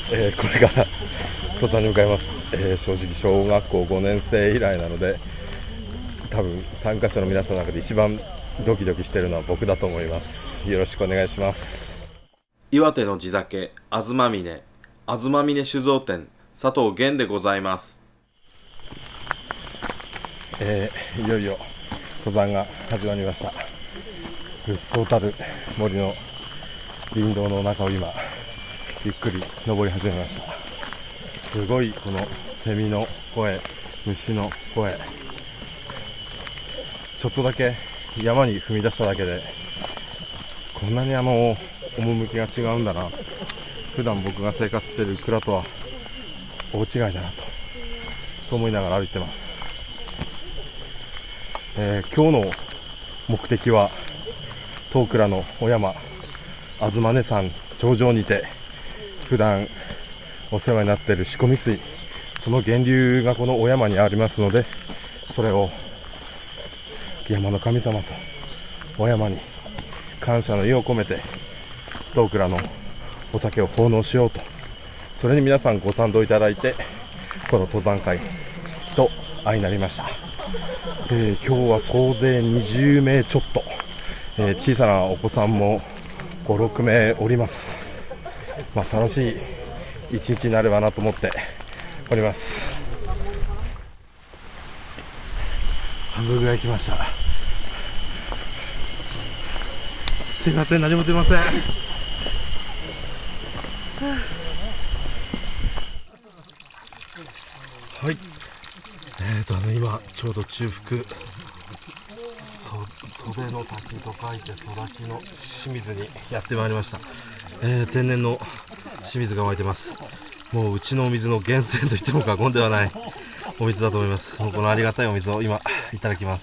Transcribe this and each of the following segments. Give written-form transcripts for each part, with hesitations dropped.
これから登山に向かいます。正直小学校5年生以来なので、多分参加者の皆さんの中で一番ドキドキしているのは僕だと思います。よろしくお願いします。 岩手の地酒あずまみね酒造店佐藤源でございます。 いよいよ登山が始まりました。うっそうたる森の林道の中を今ゆっくり登り始めました。すごいこのセミの声、虫の声、ちょっとだけ山に踏み出しただけでこんなに趣が違うんだな。普段僕が生活している蔵とは大違いだなと、そう思いながら歩いてます。今日の目的は東倉のお山あずまね山頂上にて、普段お世話になっている仕込み水、その源流がこのお山にありますので、それを山の神様とお山に感謝の意を込めて東倉のお酒を奉納しようと、それに皆さんご賛同いただいてこの登山会と相なりました。今日は総勢20名ちょっと、小さなお子さんも5、6名おります。楽しい一日になればなと思っております。半分ぐらい来ました。すいません、何も出ません。はい、今ちょうど中腹袖の滝と書いて育ちの清水にやってまいりました。天然の清水が湧いてます。もううちのお水の源泉といっても過言ではないお水だと思います。もうこのありがたいお水を今いただきます。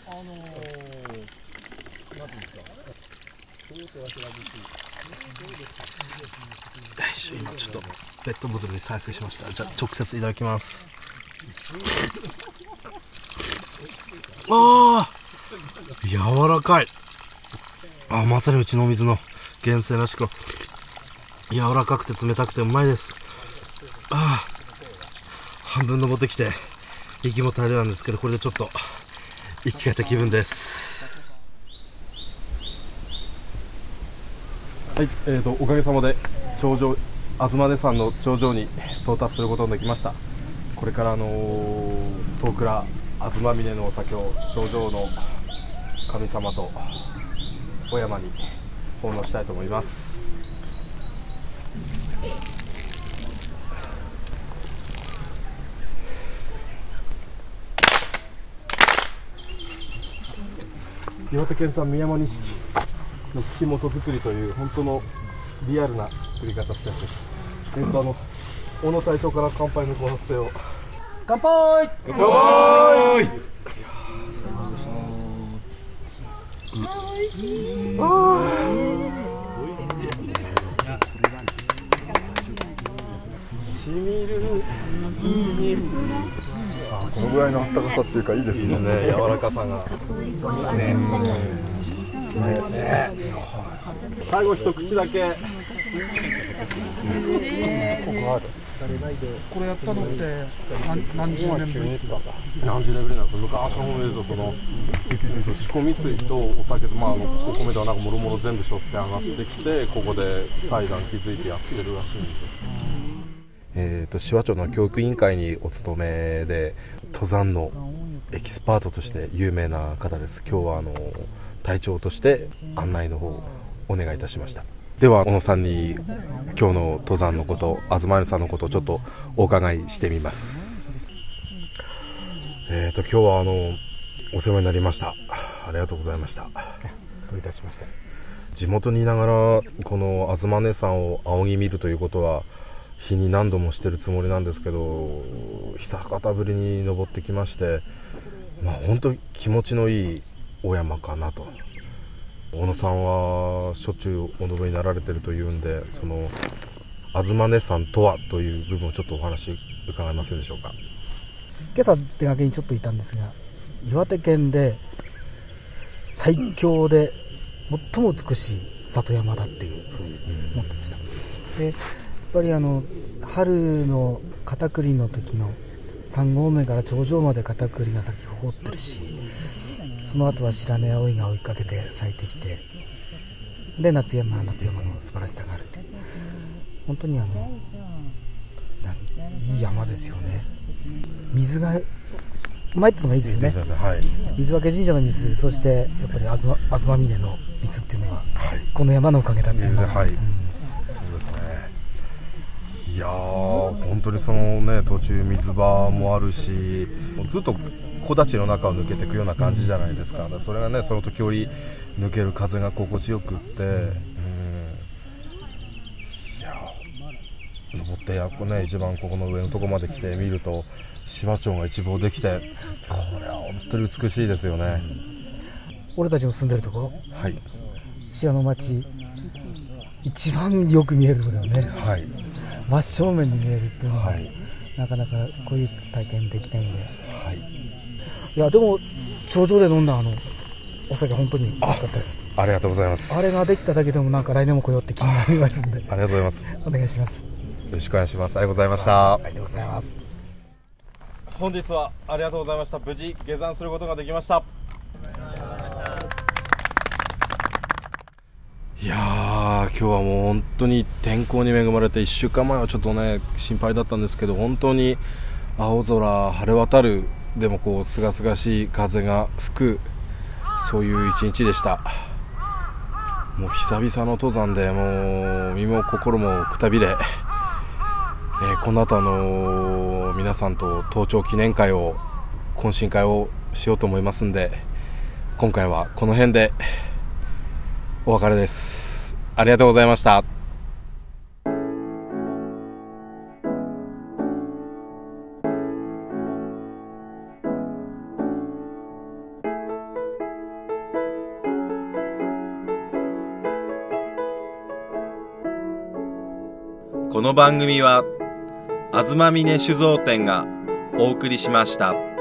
今ちょっとペットボトルに再生しました。じゃあ直接いただきます。柔らかい。まさにうちのお水の源泉らしく柔らかくて冷たくてうまいです。半分登ってきて息も絶えるなんですけど、これでちょっと生き返った気分です。はい、おかげさまで頂上あずまね山の頂上に到達することができました。これから東倉あずまみねのお酒を頂上の神様とお山に奉納したいと思います。岩手県産宮山錦の木本作りという本当のリアルな作り方したやつです。小野大将から乾杯のご発声を。乾杯。乾杯。美味しい。しみる。このぐらいのあったかさっていうかいいですね。柔らかさがいいですね。うまいですね。最後一口だけ。 これやったのって何十年ぶり？ 何十年ぶりなんです。昔の方で言うと仕込み水とお酒とお米とはもろもろ全部背負って上がってきて、ここで祭壇築いてやってるらしいんです。紫波町の教育委員会にお勤めで登山のエキスパートとして有名な方です。今日は隊長として案内の方をお願いいたしました。では小野さんに今日の登山のこと、あずまねさんのことをちょっとお伺いしてみます。今日はお世話になりました。ありがとうございました。 どういたしまして。 地元にいながらこのあずまね山を仰ぎ見るということは日に何度もしてるつもりなんですけど、久方ぶりに登ってきまして、本当に気持ちのいいお山かなと。小野さんはしょっちゅうお登りになられてるというんで、そのあずまね山とはという部分をちょっとお話伺えませんでしょうか。 今朝出かけにちょっといたんですが、岩手県で最強で最も美しい里山だっていうふうに思ってました。でぱり春の片栗の時の3合目から頂上まで片栗が咲き誇ってるし、その後は白根葵が追いかけて咲いてきて、で夏山の素晴らしさがあるって、本当にいい山ですよね。水がうまいってのがいいですよね。 はい、 水分神社の水、そしてやっぱり東峰の水っていうのは、 はい、 この山のおかげだっていうのは、 はい、そうですね。いやー、本当にそのね、途中水場もあるし、ずっと木立の中を抜けていくような感じじゃないですか。それがね、その時折抜ける風が心地よくって、いやー、登ってやっとね、一番ここの上のとこまで来て見ると芝町が一望できて、これは本当に美しいですよね。 俺たちの住んでるところ、 はい、 芝の町一番よく見えるところだよね。 はい、 真正面に見えるっていうのは、 はい、 なかなかこういう体験できないんで、 はい、 いやでも頂上で飲んだお酒本当に美味しかったです。 ありがとうございます。 あれができただけでもなんか来年も来ようって気になりますんで、 ありがとうございます。 お願いします。 よろしくお願いします。ありがとうございました。 ありがとうございます。 本日はありがとうございました。無事下山することができました。いやー、今日はもう本当に天候に恵まれて、1週間前はちょっとね心配だったんですけど、本当に青空晴れ渡る、でもこう清々しい風が吹く、そういう一日でした。もう久々の登山で、もう身も心もくたびれ、この後皆さんと登頂記念会を懇親会をしようと思いますんで、今回はこの辺でお別れです。ありがとうございました。 この番組は東峰酒造店がお送りしました。